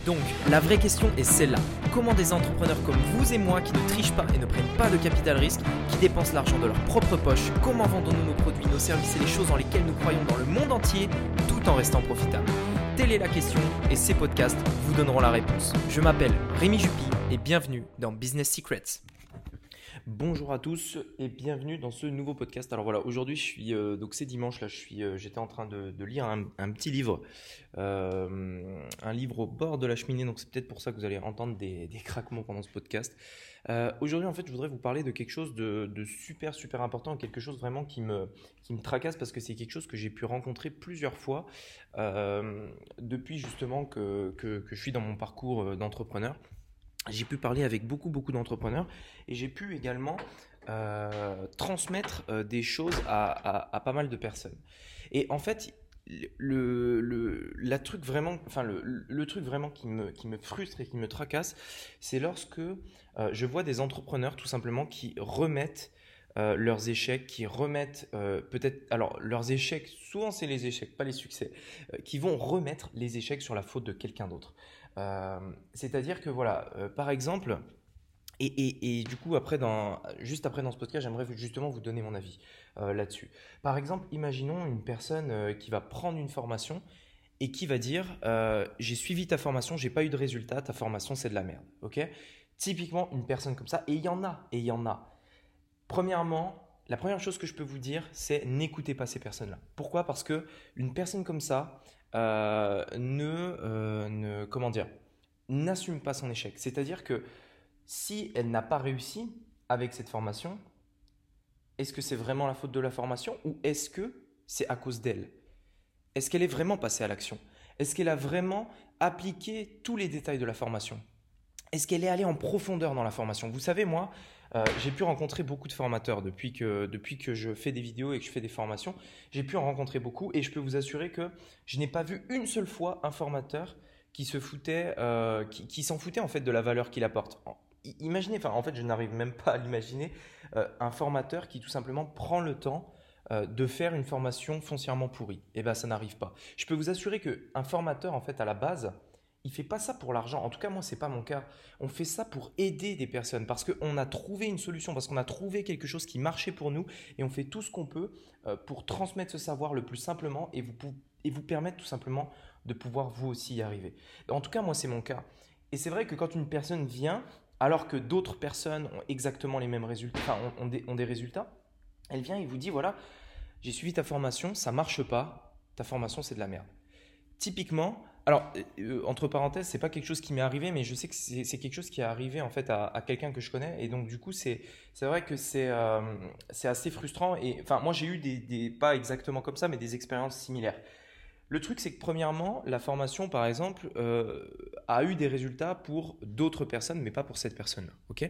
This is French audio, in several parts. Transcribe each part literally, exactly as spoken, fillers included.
Donc, la vraie question est celle-là. Comment des entrepreneurs comme vous et moi qui ne trichent pas et ne prennent pas de capital risque, qui dépensent l'argent de leur propre poche, comment vendons-nous nos produits, nos services et les choses dans lesquelles nous croyons dans le monde entier, tout en restant profitables? Telle est la question et ces podcasts vous donneront la réponse. Je m'appelle Rémi Jupy et bienvenue dans Business Secrets. Bonjour à tous et bienvenue dans ce nouveau podcast. Alors voilà, aujourd'hui je suis euh, donc c'est dimanche là, je suis euh, j'étais en train de, de lire un, un petit livre, euh, un livre au bord de la cheminée. Donc c'est peut-être pour ça que vous allez entendre des, des craquements pendant ce podcast. Euh, aujourd'hui en fait, je voudrais vous parler de quelque chose de, de super super important, quelque chose vraiment qui me qui me tracasse parce que c'est quelque chose que j'ai pu rencontrer plusieurs fois euh, depuis justement que, que que je suis dans mon parcours d'entrepreneur. J'ai pu parler avec beaucoup, beaucoup d'entrepreneurs et j'ai pu également euh, transmettre euh, des choses à, à, à pas mal de personnes. Et en fait, le, le, la truc vraiment, enfin le, le truc vraiment qui me, qui me frustre et qui me tracasse, c'est lorsque euh, je vois des entrepreneurs tout simplement qui remettent euh, leurs échecs, qui remettent euh, peut-être, alors leurs échecs, souvent c'est les échecs, pas les succès, euh, qui vont remettre les échecs sur la faute de quelqu'un d'autre. Euh, c'est-à-dire que voilà, euh, par exemple, et, et, et du coup après dans, juste après dans ce podcast, j'aimerais justement vous donner mon avis euh, là-dessus. Par exemple, imaginons une personne euh, qui va prendre une formation et qui va dire euh, j'ai suivi ta formation, j'ai pas eu de résultat, ta formation c'est de la merde. Ok? Typiquement une personne comme ça, et il y en a, et il y en a. Premièrement, la première chose que je peux vous dire, c'est n'écoutez pas ces personnes-là. Pourquoi? Parce que une personne comme ça euh, ne, euh, ne, comment dire, n'assume pas son échec. C'est-à-dire que si elle n'a pas réussi avec cette formation, est-ce que c'est vraiment la faute de la formation ou est-ce que c'est à cause d'elle? Est-ce qu'elle est vraiment passée à l'action? Est-ce qu'elle a vraiment appliqué tous les détails de la formation? Est-ce qu'elle est allée en profondeur dans la formation? Vous savez, moi, euh, j'ai pu rencontrer beaucoup de formateurs depuis que, depuis que je fais des vidéos et que je fais des formations. J'ai pu en rencontrer beaucoup et je peux vous assurer que je n'ai pas vu une seule fois un formateur qui se foutait, euh, qui, qui s'en foutait en fait de la valeur qu'il apporte. Imaginez, enfin en fait je n'arrive même pas à l'imaginer, euh, un formateur qui tout simplement prend le temps euh, de faire une formation foncièrement pourrie. Eh bien ça n'arrive pas. Je peux vous assurer qu'un formateur en fait à la base, il ne fait pas ça pour l'argent. En tout cas, moi, ce n'est pas mon cas. On fait ça pour aider des personnes parce qu'on a trouvé une solution, parce qu'on a trouvé quelque chose qui marchait pour nous et on fait tout ce qu'on peut euh, pour transmettre ce savoir le plus simplement et vous, et vous permettre tout simplement de pouvoir vous aussi y arriver. En tout cas, moi, c'est mon cas. Et c'est vrai que quand une personne vient, alors que d'autres personnes ont exactement les mêmes résultats, enfin, ont, ont, des, ont des résultats, elle vient et vous dit, voilà, j'ai suivi ta formation, ça ne marche pas, ta formation, c'est de la merde. Typiquement, alors euh, entre parenthèses, c'est pas quelque chose qui m'est arrivé, mais je sais que c'est, c'est quelque chose qui est arrivé en fait à, à quelqu'un que je connais, et donc du coup c'est c'est vrai que c'est euh, c'est assez frustrant. Et enfin moi j'ai eu des, des pas exactement comme ça, mais des expériences similaires. Le truc c'est que premièrement, la formation par exemple euh, a eu des résultats pour d'autres personnes, mais pas pour cette personne-là. Ok?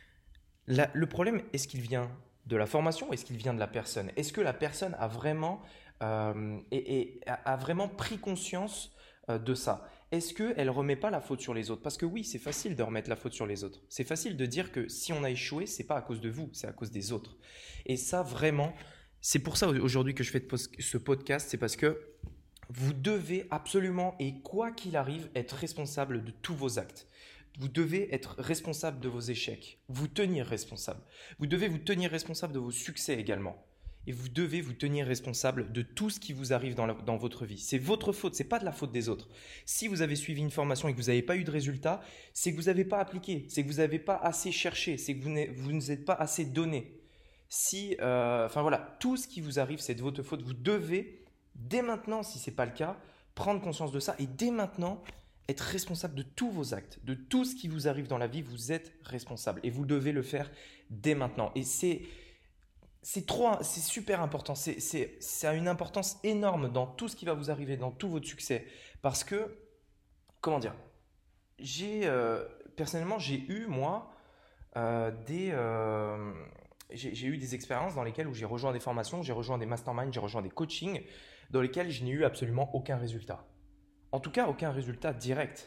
La- le problème, est-ce qu'il vient de la formation ou est-ce qu'il vient de la personne? Est-ce que la personne a vraiment, euh, et, et a a vraiment pris conscience euh, de ça? Est-ce qu'elle ne remet pas la faute sur les autres? Parce que oui, c'est facile de remettre la faute sur les autres. C'est facile de dire que si on a échoué, ce n'est pas à cause de vous, c'est à cause des autres. Et ça, vraiment, c'est pour ça aujourd'hui que je fais ce podcast, c'est parce que vous devez absolument, et quoi qu'il arrive, être responsable de tous vos actes. Vous devez être responsable de vos échecs, vous tenir responsable. Vous devez vous tenir responsable de vos succès également. Et vous devez vous tenir responsable de tout ce qui vous arrive dans, la, dans votre vie. C'est votre faute, ce n'est pas de la faute des autres. Si vous avez suivi une formation et que vous n'avez pas eu de résultat, c'est que vous n'avez pas appliqué, c'est que vous n'avez pas assez cherché, c'est que vous, vous ne vous êtes pas assez donné. Si, euh, enfin voilà, tout ce qui vous arrive, c'est de votre faute. Vous devez, dès maintenant, si ce n'est pas le cas, prendre conscience de ça et dès maintenant, être responsable de tous vos actes, de tout ce qui vous arrive dans la vie, vous êtes responsable et vous devez le faire dès maintenant. Et c'est, c'est, trop, c'est super important, c'est, c'est, ça a une importance énorme dans tout ce qui va vous arriver, dans tout votre succès. Parce que, comment dire, j'ai, euh, personnellement, j'ai eu, moi, euh, des, euh, j'ai, j'ai eu des expériences dans lesquelles où j'ai rejoint des formations, j'ai rejoint des masterminds, j'ai rejoint des coachings, dans lesquels je n'ai eu absolument aucun résultat. En tout cas, aucun résultat direct.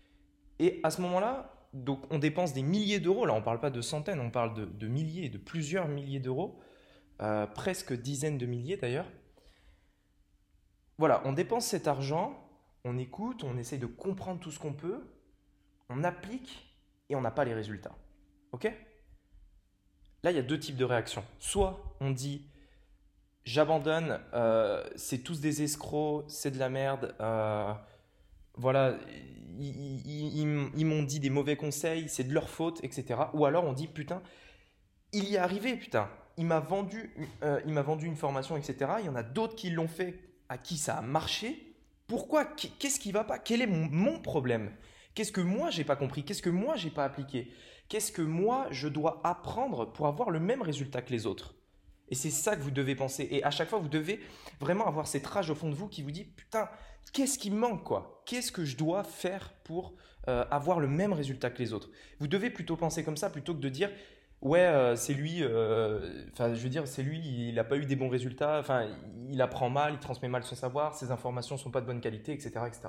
Et à ce moment-là, donc on dépense des milliers d'euros. Là, on ne parle pas de centaines, on parle de, de milliers, de plusieurs milliers d'euros, euh, presque dizaines de milliers d'ailleurs. Voilà, on dépense cet argent, on écoute, on essaye de comprendre tout ce qu'on peut, on applique et on n'a pas les résultats. Ok ? Là, il y a deux types de réactions. Soit on dit « j'abandonne, euh, c'est tous des escrocs, c'est de la merde, euh, voilà, ils, ils, ils, ils m'ont dit des mauvais conseils, c'est de leur faute, et cetera » Ou alors on dit « putain, il y est arrivé, putain, il m'a vendu, euh, il m'a vendu une formation, et cetera » Il y en a d'autres qui l'ont fait, à qui ça a marché. Pourquoi ? Qu'est-ce qui ne va pas ? Quel est mon, mon problème ? Qu'est-ce que moi, je n'ai pas compris ? Qu'est-ce que moi, je n'ai pas appliqué ? Qu'est-ce que moi, je dois apprendre pour avoir le même résultat que les autres ? Et c'est ça que vous devez penser. Et à chaque fois, vous devez vraiment avoir cette rage au fond de vous qui vous dit « Putain, qu'est-ce qui me manque quoi ? Qu'est-ce que je dois faire pour euh, avoir le même résultat que les autres ?» Vous devez plutôt penser comme ça plutôt que de dire « Ouais, euh, c'est lui, euh, enfin, je veux dire, c'est lui, il n'a pas eu des bons résultats, enfin, il apprend mal, il transmet mal son savoir, ses informations ne sont pas de bonne qualité, et cetera et cetera »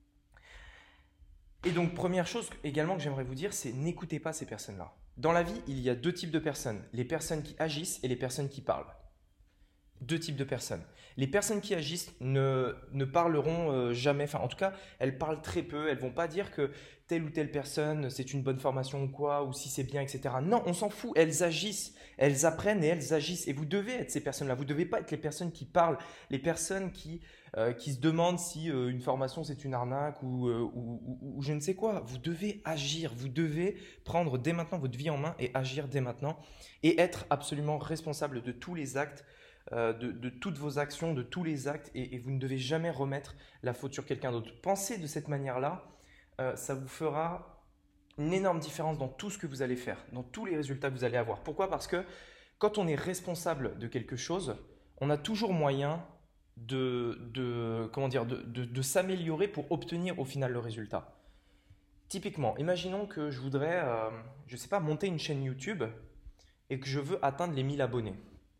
Et donc, première chose également que j'aimerais vous dire, c'est n'écoutez pas ces personnes-là. Dans la vie, il y a deux types de personnes, les personnes qui agissent et les personnes qui parlent. Deux types de personnes. Les personnes qui agissent ne, ne parleront euh, jamais, enfin en tout cas, elles parlent très peu, elles ne vont pas dire que telle ou telle personne, c'est une bonne formation ou quoi, ou si c'est bien, et cetera. Non, on s'en fout, elles agissent, elles apprennent et elles agissent. Et vous devez être ces personnes-là, vous ne devez pas être les personnes qui parlent, les personnes qui, euh, qui se demandent si euh, une formation c'est une arnaque ou, euh, ou, ou, ou je ne sais quoi. Vous devez agir, vous devez prendre dès maintenant votre vie en main et agir dès maintenant et être absolument responsable de tous les actes, Euh, de, de toutes vos actions, de tous les actes et, et vous ne devez jamais remettre la faute sur quelqu'un d'autre. Pensez de cette manière-là, euh, ça vous fera une énorme différence dans tout ce que vous allez faire, dans tous les résultats que vous allez avoir. Pourquoi ? Parce que quand on est responsable de quelque chose, on a toujours moyen de, de, comment dire, de, de, de s'améliorer pour obtenir au final le résultat. Typiquement, imaginons que je voudrais, euh, je ne sais pas, monter une chaîne YouTube et que je veux atteindre les mille abonnés.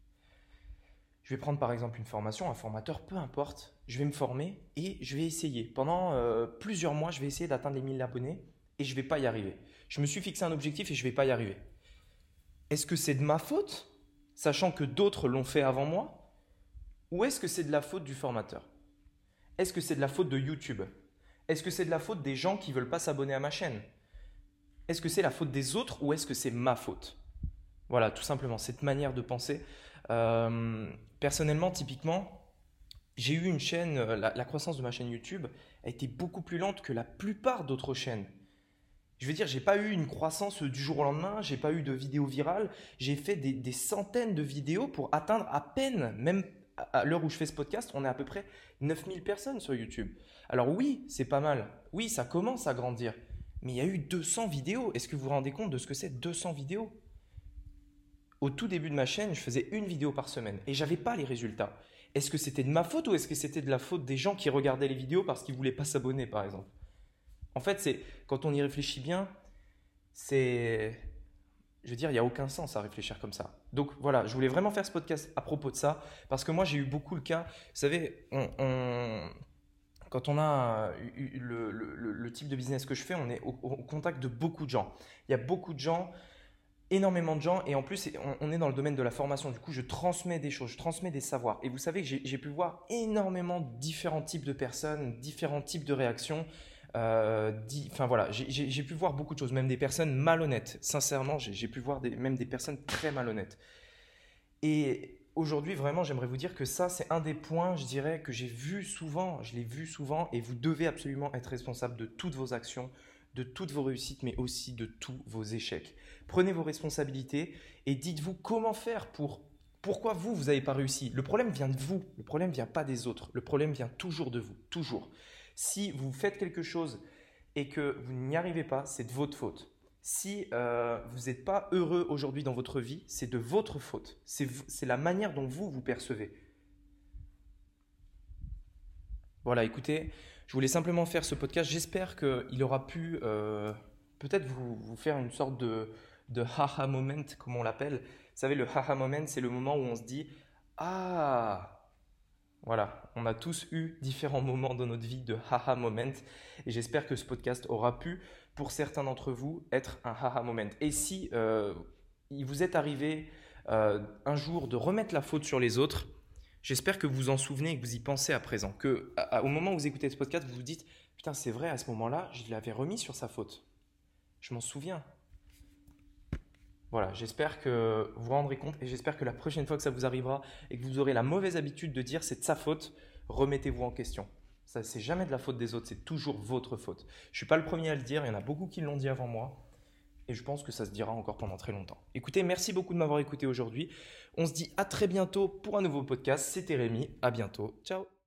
Je vais prendre par exemple une formation, un formateur, peu importe, je vais me former et je vais essayer. Pendant euh, plusieurs mois, je vais essayer d'atteindre les mille abonnés et je ne vais pas y arriver. Je me suis fixé un objectif et je ne vais pas y arriver. Est-ce que c'est de ma faute, sachant que d'autres l'ont fait avant moi, ou est-ce que c'est de la faute du formateur ? Est-ce que c'est de la faute de YouTube ? Est-ce que c'est de la faute des gens qui ne veulent pas s'abonner à ma chaîne ? Est-ce que c'est la faute des autres ou est-ce que c'est ma faute ? Voilà, tout simplement, cette manière de penser. Euh, personnellement, typiquement, j'ai eu une chaîne, la, la croissance de ma chaîne YouTube a été beaucoup plus lente que la plupart d'autres chaînes. Je veux dire, je n'ai pas eu une croissance du jour au lendemain, je n'ai pas eu de vidéos virales, j'ai fait des, des centaines de vidéos pour atteindre à peine, même à l'heure où je fais ce podcast, on est à peu près neuf mille personnes sur YouTube. Alors oui, c'est pas mal, oui, ça commence à grandir, mais il y a eu deux cents vidéos. Est-ce que vous vous rendez compte de ce que c'est deux cents vidéos ? Au tout début de ma chaîne, je faisais une vidéo par semaine et je n'avais pas les résultats. Est-ce que c'était de ma faute ou est-ce que c'était de la faute des gens qui regardaient les vidéos parce qu'ils ne voulaient pas s'abonner, par exemple ? En fait, c'est, quand on y réfléchit bien, c'est, je veux dire, il n'y a aucun sens à réfléchir comme ça. Donc voilà, je voulais vraiment faire ce podcast à propos de ça parce que moi, j'ai eu beaucoup le cas. Vous savez, on, on, quand on a eu le, le, le, le type de business que je fais, on est au, au contact de beaucoup de gens. Il y a beaucoup de gens... énormément de gens et en plus on est dans le domaine de la formation, du coup je transmets des choses, je transmets des savoirs et vous savez que j'ai, j'ai pu voir énormément différents types de personnes, différents types de réactions, euh, di, enfin voilà, j'ai, j'ai, j'ai pu voir beaucoup de choses, même des personnes malhonnêtes, sincèrement j'ai, j'ai pu voir des, même des personnes très malhonnêtes. Et aujourd'hui vraiment j'aimerais vous dire que ça c'est un des points, je dirais, que j'ai vu souvent, je l'ai vu souvent et vous devez absolument être responsable de toutes vos actions, de toutes vos réussites, mais aussi de tous vos échecs. Prenez vos responsabilités et dites-vous comment faire pour... Pourquoi vous, vous n'avez pas réussi ? Le problème vient de vous, le problème ne vient pas des autres, le problème vient toujours de vous, toujours. Si vous faites quelque chose et que vous n'y arrivez pas, c'est de votre faute. Si euh, vous n'êtes pas heureux aujourd'hui dans votre vie, c'est de votre faute. C'est, c'est la manière dont vous vous percevez. Voilà, écoutez... Je voulais simplement faire ce podcast. J'espère qu'il aura pu euh, peut-être vous, vous faire une sorte de, de haha moment, comme on l'appelle. Vous savez, le haha moment, c'est le moment où on se dit « Ah !» Voilà, on a tous eu différents moments dans notre vie de haha moment. Et j'espère que ce podcast aura pu, pour certains d'entre vous, être un haha moment. Et si euh, il vous est arrivé euh, un jour de remettre la faute sur les autres, J'espère que vous vous en souvenez et que vous y pensez à présent. Que à- à- au moment où vous écoutez ce podcast, vous vous dites « Putain, c'est vrai, à ce moment-là, je l'avais remis sur sa faute. Je m'en souviens. » Voilà, j'espère que vous vous rendrez compte et j'espère que la prochaine fois que ça vous arrivera et que vous aurez la mauvaise habitude de dire « C'est de sa faute », remettez-vous en question. Ça, c'est jamais de la faute des autres, c'est toujours votre faute. Je ne suis pas le premier à le dire, il y en a beaucoup qui l'ont dit avant moi. Et je pense que ça se dira encore pendant très longtemps. Écoutez, merci beaucoup de m'avoir écouté aujourd'hui. On se dit à très bientôt pour un nouveau podcast. C'était Rémi. À bientôt. Ciao.